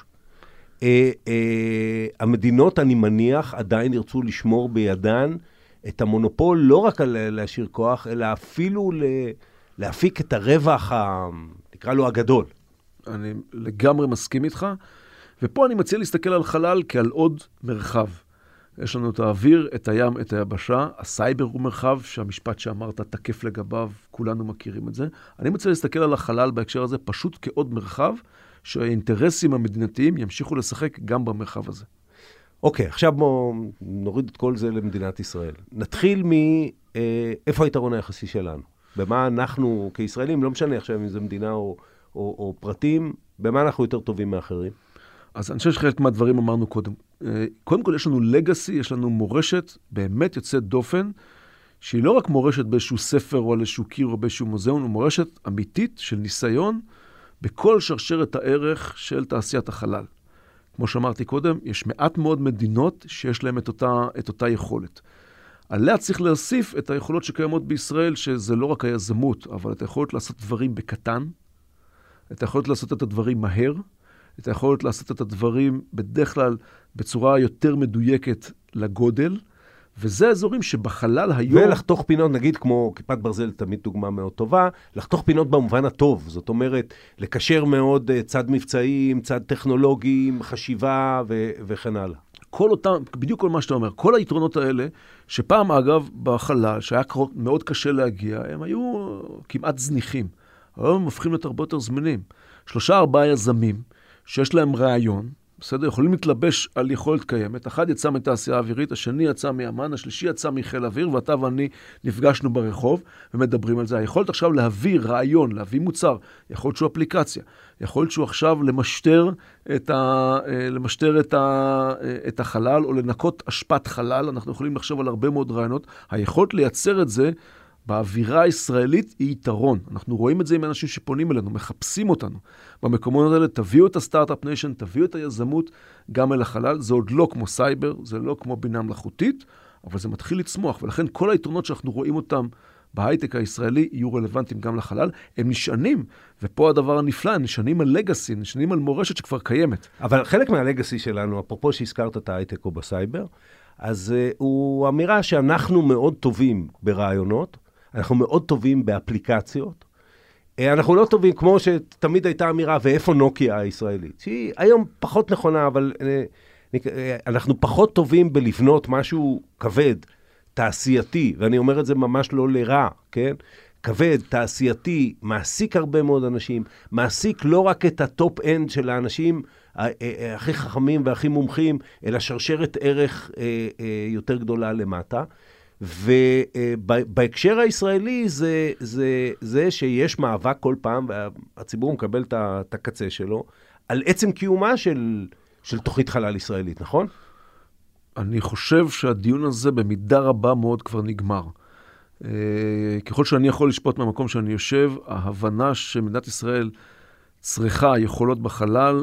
המדינות, אני מניח, עדיין ירצו לשמור בידן את המונופול, לא רק על להשאיר כוח, אלא אפילו להפיק את הרווח, נקרא לו הגדול. אני לגמרי מסכים איתך, ופה אני מציע להסתכל על חלל כעל עוד מרחב. יש לנו את האוויר, את הים, את היבשה, הסייבר הוא מרחב, שהמשפט שאמרת תקף לגביו, כולנו מכירים את זה. אני מציע להסתכל על החלל בהקשר הזה פשוט כעוד מרחב, שהאינטרסים המדינתיים ימשיכו לשחק גם במרחב הזה. אוקיי, עכשיו בואו נוריד את כל זה למדינת ישראל. נתחיל מאיפה היתרון היחסי שלנו. במה אנחנו כישראלים, לא משנה עכשיו אם זה מדינה או פרטים, במה אנחנו יותר טובים מאחרים? אז אני חושב שחלק מהדברים אמרנו קודם. קודם כל יש לנו לגאסי, יש לנו מורשת באמת יוצאת דופן, שהיא לא רק מורשת באיזשהו ספר או על איזשהו קיר או באיזשהו מוזיאון, הוא מורשת אמיתית של ניסיון בכל שרשרת הערך של תעשיית החלל. כמו שאמרתי קודם, יש מעט מאוד מדינות שיש להן את אותה יכולת. עליה צריך להוסיף את היכולות שקיימות בישראל, שזה לא רק היזמות, אבל את היכולת לעשות דברים בקטן, את היכולת לעשות את הדברים מהר, את היכולת לעשות את הדברים בדרך כלל בצורה יותר מדויקת לגודל, וזה אזורים שבחלל היום... ולחתוך פינות, נגיד כמו כיפת ברזל, תמיד דוגמה מאוד טובה, לחתוך פינות במובן הטוב, זאת אומרת, לקשר מאוד צד מבצעים, צד טכנולוגיים, חשיבה וכן הלאה. כל אותם, בדיוק כל מה שאתה אומר, כל היתרונות האלה, שפעם אגב בחלל, שהיה מאוד קשה להגיע, הם היו כמעט זניחים. היום הם הופכים להיות הרבה יותר זמינים. 3-4 יזמים שיש להם רעיון, בסדר? יכולים להתלבש על יכולת קיימת. אחד יצא מתעשייה האווירית, השני יצא מאמן, השלישי יצא מחיל אוויר, ואתה ואני נפגשנו ברחוב ומדברים על זה. היכולת עכשיו להביא רעיון, להביא מוצר, יכול להיות שהוא אפליקציה, יכול להיות שהוא עכשיו למשטר את החלל או לנקות אשפת חלל. אנחנו יכולים לחשוב על הרבה מאוד רעיונות. היכולת לייצר את זה באווירה הישראלית היא יתרון. אנחנו רואים את זה עם אנשים שפונים אלינו, מחפשים אותנו. במקומות האלה תביאו את הסטארט-אפ ניישן, תביאו את היזמות גם אל החלל. זה עוד לא כמו סייבר, זה לא כמו בינה מלאכותית, אבל זה מתחיל לצמוח. ולכן כל היתרונות שאנחנו רואים אותם בהייטק הישראלי יהיו רלוונטיים גם לחלל. הם נשענים, ופה הדבר הנפלא, הם נשענים על לגאסי, נשענים על מורשת שכבר קיימת. אבל חלק מהלגאסי שלנו, אפרופו שהזכרת את ההייטק או בסייבר, אז הוא אמירה שאנחנו מאוד טובים ברעיונות, אנחנו מאוד טובים באפליקציות. אנחנו לא טובים, כמו שתמיד הייתה אמירה, ואיפה נוקיה הישראלית? שהיא היום פחות נכונה, אבל אנחנו פחות טובים בלבנות משהו כבד, תעשייתי, ואני אומר את זה ממש לא לרע, כן? כבד, תעשייתי, מעסיק הרבה מאוד אנשים, מעסיק לא רק את הטופ-אנד של האנשים הכי חכמים והכי מומחים, אלא שרשרת ערך יותר גדולה למטה. ובהקשר הישראלי זה שיש מאבק כל פעם, והציבור מקבל את הקצה שלו, על עצם קיומה של תוכנית חלל ישראלית, נכון? אני חושב שהדיון הזה במידה רבה מאוד כבר נגמר. ככל שאני יכול לשפוט מהמקום שאני יושב, ההבנה שמדינת ישראל צריכה יכולות בחלל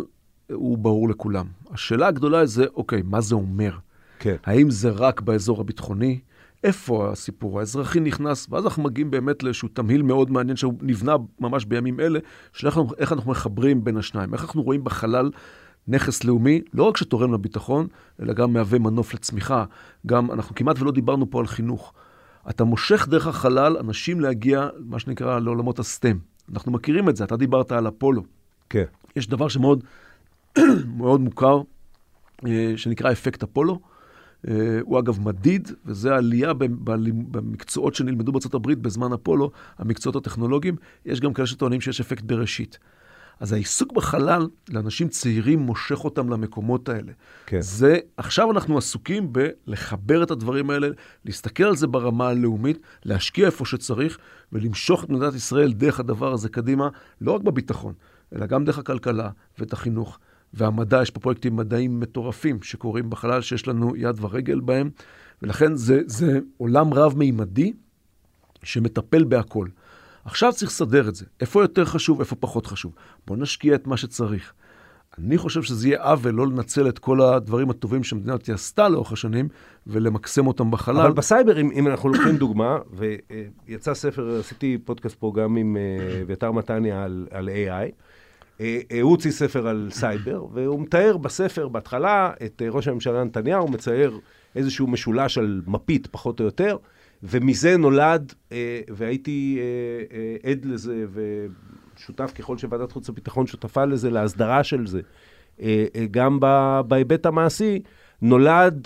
הוא ברור לכולם. השאלה הגדולה זה, אוקיי, מה זה אומר? כן. האם זה רק באזור הביטחוני? איפה הסיפור? האזרחי נכנס, ואז אנחנו מגיעים באמת לאיזשהו תמהיל מאוד מעניין, שהוא נבנה ממש בימים אלה, של איך אנחנו מחברים בין השניים, איך אנחנו רואים בחלל נכס לאומי, לא רק שתורם לביטחון, אלא גם מהווה מנוף לצמיחה. גם אנחנו כמעט ולא דיברנו פה על חינוך. אתה מושך דרך החלל אנשים להגיע, מה שנקרא, לעולמות הסטם. אנחנו מכירים את זה, אתה דיברת על אפולו. כן. יש דבר שמאוד מאוד מוכר, שנקרא אפקט אפולו. הוא אגב מדיד, וזה העלייה במקצועות שנלמדו בארצות הברית בזמן אפולו, המקצועות הטכנולוגיים. יש גם כאלה שטוענים שיש אפקט בראשית. אז העיסוק בחלל לאנשים צעירים מושך אותם למקומות האלה. כן. עכשיו אנחנו עסוקים בלחבר את הדברים האלה, להסתכל על זה ברמה הלאומית, להשקיע איפה שצריך, ולמשוך את מדינת ישראל דרך הדבר הזה קדימה, לא רק בביטחון, אלא גם דרך הכלכלה ואת החינוך והמדע. יש פה פרויקטים מדעיים מטורפים שקורים בחלל, שיש לנו יד ורגל בהם, ולכן זה עולם רב-מימדי שמטפל בהכל. עכשיו צריך לסדר את זה. איפה יותר חשוב, איפה פחות חשוב. בוא נשקיע את מה שצריך. אני חושב שזה יהיה עוול לא לנצל את כל הדברים הטובים שמדינת עשתה לאורך השנים, ולמקסם אותם בחלל. אבל בסייבר, אם אנחנו לוקחים דוגמה, ויצא ספר, עשיתי פודקאסט פה גם עם ויתר מתניה על AI, הוא הוציא ספר על סייבר, והוא מתאר בספר, בהתחלה, את ראש הממשלה נתניהו, הוא מצייר איזשהו משולש על מפית, פחות או יותר, ומזה נולד, והייתי עד לזה, ושותף ככל שוועדת חוץ וביטחון שותפה לזה, להסדרה של זה. גם בהיבט המעשי, נולד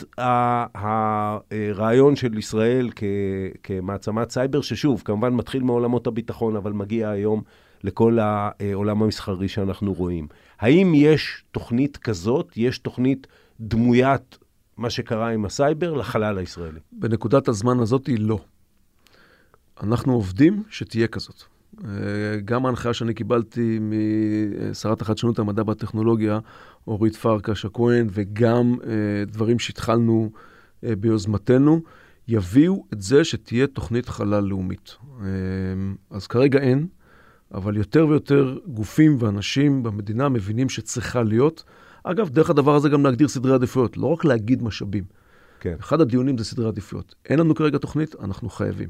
הרעיון של ישראל כמעצמת סייבר, ששוב, כמובן מתחיל מעולמות הביטחון, אבל מגיע היום לכל העולם המסחרי שאנחנו רואים. האם יש תוכנית כזאת, יש תוכנית דמוית מה שקרה עם הסייבר לחלל הישראלי? בנקודת הזמן הזאת היא לא. אנחנו עובדים שתהיה כזאת. גם ההנחיה שאני קיבלתי משרת החדשנות, המדע והטכנולוגיה, אורית פרקש הכהן, וגם דברים שהתחלנו ביוזמתנו, יביאו את זה שתהיה תוכנית חלל לאומית. אז כרגע אין, אבל יותר ויותר גופים ואנשים במדינה מבינים שצריכה להיות. אגב, דרך הדבר הזה גם להגדיר סדרי עדיפויות, לא רק להגיד משאבים. כן. אחד הדיונים זה סדרי עדיפויות. אין לנו כרגע תוכנית, אנחנו חייבים.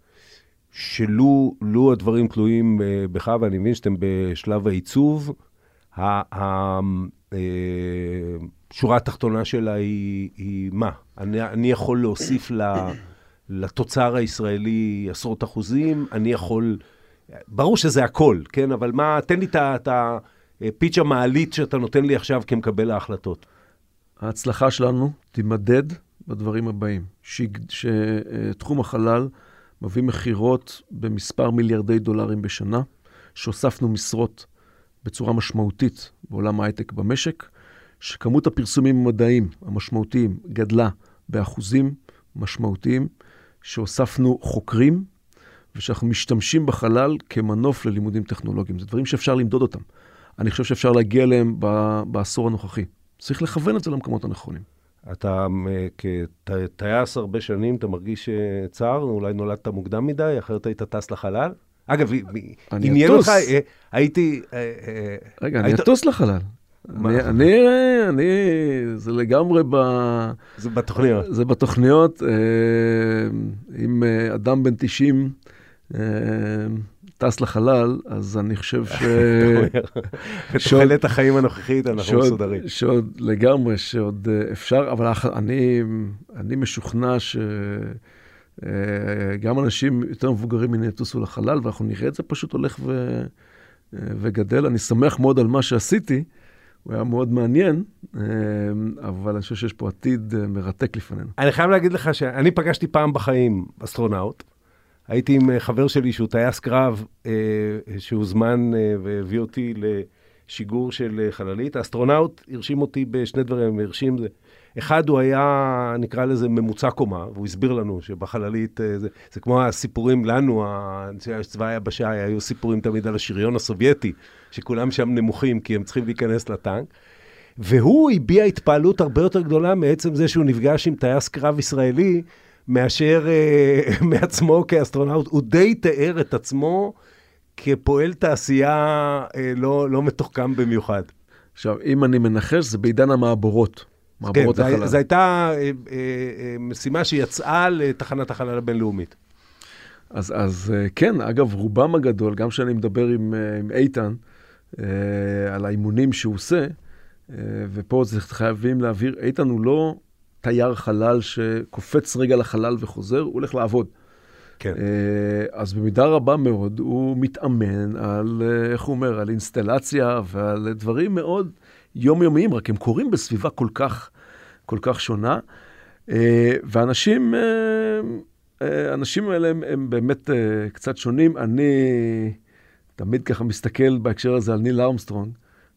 שלו הדברים תלויים בך, ואני מבין שאתם בשלב העיצוב, השורה התחתונה שלה היא מה? אני יכול להוסיף לתוצר הישראלי עשרות אחוזים, אני יכול, ברור שזה הכל, כן? אבל מה, תן לי את הפיץ' המעלית שאתה נותן לי עכשיו כמקבל ההחלטות. ההצלחה שלנו תימדד בדברים הבאים, שתחום החלל מביא מחירות במספר מיליארדי דולרים בשנה, שהוספנו משרות בצורה משמעותית בעולם ההייטק במשק, שכמות הפרסומים המדעיים המשמעותיים גדלה באחוזים משמעותיים, שהוספנו חוקרים, ושאנחנו משתמשים בחלל כמנוף ללימודים טכנולוגיים. זה דברים שאפשר למדוד אותם. אני חושב שאפשר להגיע אליהם בעשור הנוכחי. צריך לכוון את זה למקומות הנכונים. אתה כטייס הרבה שנים, אתה מרגיש צער? אולי נולדת מוקדם מדי, אחרת היית טס לחלל? אגב, עניין אותך, הייתי... רגע, אני אטוס לחלל. זה לגמרי זה בתוכניות. זה בתוכניות. אם אדם בן 90 טס לחלל, אז אני חושב בתוחלת החיים הנוכחית אנחנו מסודרים. שעוד לגמרי, שעוד אפשר, אבל אני משוכנע שגם אנשים יותר מבוגרים מן יטוסו לחלל, ואנחנו נראה את זה פשוט הולך וגדל. אני שמח מאוד על מה שעשיתי, הוא היה מאוד מעניין, אבל אני חושב שיש פה עתיד מרתק לפנינו. אני חייב להגיד לך שאני פגשתי פעם בחיים אסטרונאוט, הייתי עם חבר שלי שהוא טייס קרב, שהוזמן והביא אותי לשיגור של חללית. האסטרונאוט הרשים אותי בשני דברים, הרשים זה. אחד הוא היה, נקרא לזה ממוצע קומה, והוא הסביר לנו שבחללית, זה כמו הסיפורים לנו, צבא היבשה, היו סיפורים תמיד על השריון הסובייטי, שכולם שם נמוכים כי הם צריכים להיכנס לטנק. והוא הביע התפעלות הרבה יותר גדולה מעצם זה שהוא נפגש עם טייס קרב ישראלי, מאשר מעצמו כאסטרונאוט. הוא די תיאר את עצמו כפועל תעשייה לא מתוחכם במיוחד. עכשיו, אם אני מנחש, זה בעידן המעבורות. כן, זו הייתה משימה שיצאה לתחנת החלל הבינלאומית. אז כן, אגב, רובם הגדול, גם כשאני מדבר עם איתן, על האימונים שהוא עושה, ופה זה חייבים להעביר, איתן הוא לא תייר חלל שקופץ רגע לחלל וחוזר, הוא הולך לעבוד. כן. אז במידה רבה מאוד הוא מתאמן על, איך הוא אומר, על אינסטלציה ועל דברים מאוד יומיומיים, רק הם קורים בסביבה כל כך שונה. ואנשים, האנשים האלה הם באמת קצת שונים. אני תמיד ככה מסתכל בהקשר הזה על ניל ארמסטרונג.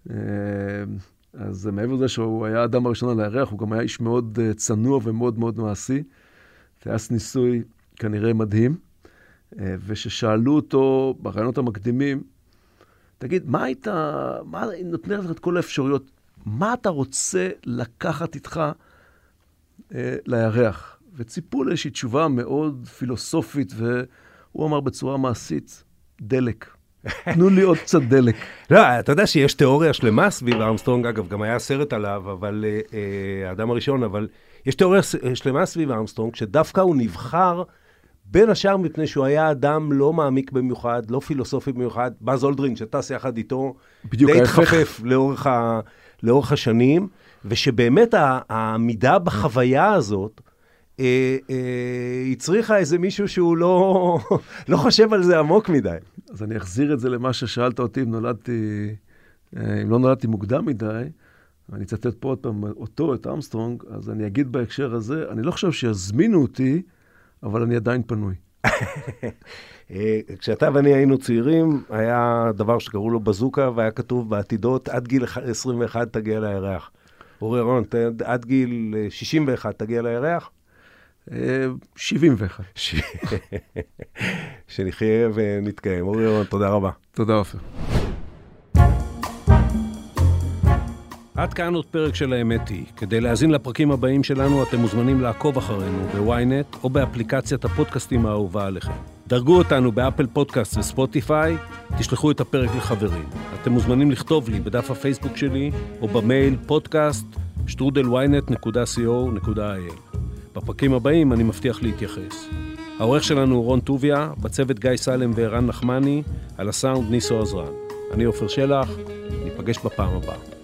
אז מעבר לזה שהוא היה האדם הראשון על הירח, הוא גם היה איש מאוד צנוע ומאוד מאוד מעשי. טייס ניסוי כנראה מדהים, וששאלו אותו ברעיונות המקדימים, תגיד, מה נותן לך את כל האפשרויות, מה אתה רוצה לקחת איתך לירח? וציפו לאיזושהי תשובה מאוד פילוסופית, והוא אמר בצורה מעשית, דלק. תנו לי עוד קצת דלק. לא, אתה יודע שיש תיאוריה שלמה סביב ארמסטרונג, אגב, גם היה סרט עליו, אבל האדם הראשון, אבל יש תיאוריה שלמה סביב ארמסטרונג, שדווקא הוא נבחר בין השאר מפני שהוא היה אדם לא מעמיק במיוחד, לא פילוסופי במיוחד, באז אולדרין, שטס יחד איתו, די התחפף לאורך השנים, ושבאמת העמידה בחוויה הזאת, היא צריכה איזה מישהו שהוא לא חושב על זה עמוק מדי. אז אני אחזיר את זה למה ששאלת אותי, אם לא נולדתי מוקדם מדי, אני אצטט פה עוד פעם אותו, את ארמסטרונג, אז אני אגיד בהקשר הזה, אני לא חושב שיזמינו אותי, אבל אני עדיין פנוי. כשאתה ואני היינו צעירים, היה דבר שקראו לו בזוקה, והיה כתוב בעתידות, עד גיל 21 תגיע לירח. אורי אהרון, עד גיל 61 תגיע לירח? 71. שנחיה ונתקיים. אורי אהרון, תודה רבה. תודה עופר. עד כאן עוד פרק של האמת היא. כדי להאזין לפרקים הבאים שלנו, אתם מוזמנים לעקוב אחרינו בוויינט או באפליקציית הפודקאסטים האהובה עליכם. דרגו אותנו באפל פודקאסט וספוטיפיי, תשלחו את הפרק לחברים. אתם מוזמנים לכתוב לי בדף הפייסבוק שלי או במייל podcast@ynet.co.il. בפרקים הבאים אני מבטיח להתייחס. העורך שלנו הוא רון טוביה, בצוות גיא סלם וערן נחמני, על הסאונד ניסו עזרן. אני עופר שלח, ניפגש בפעם הבאה.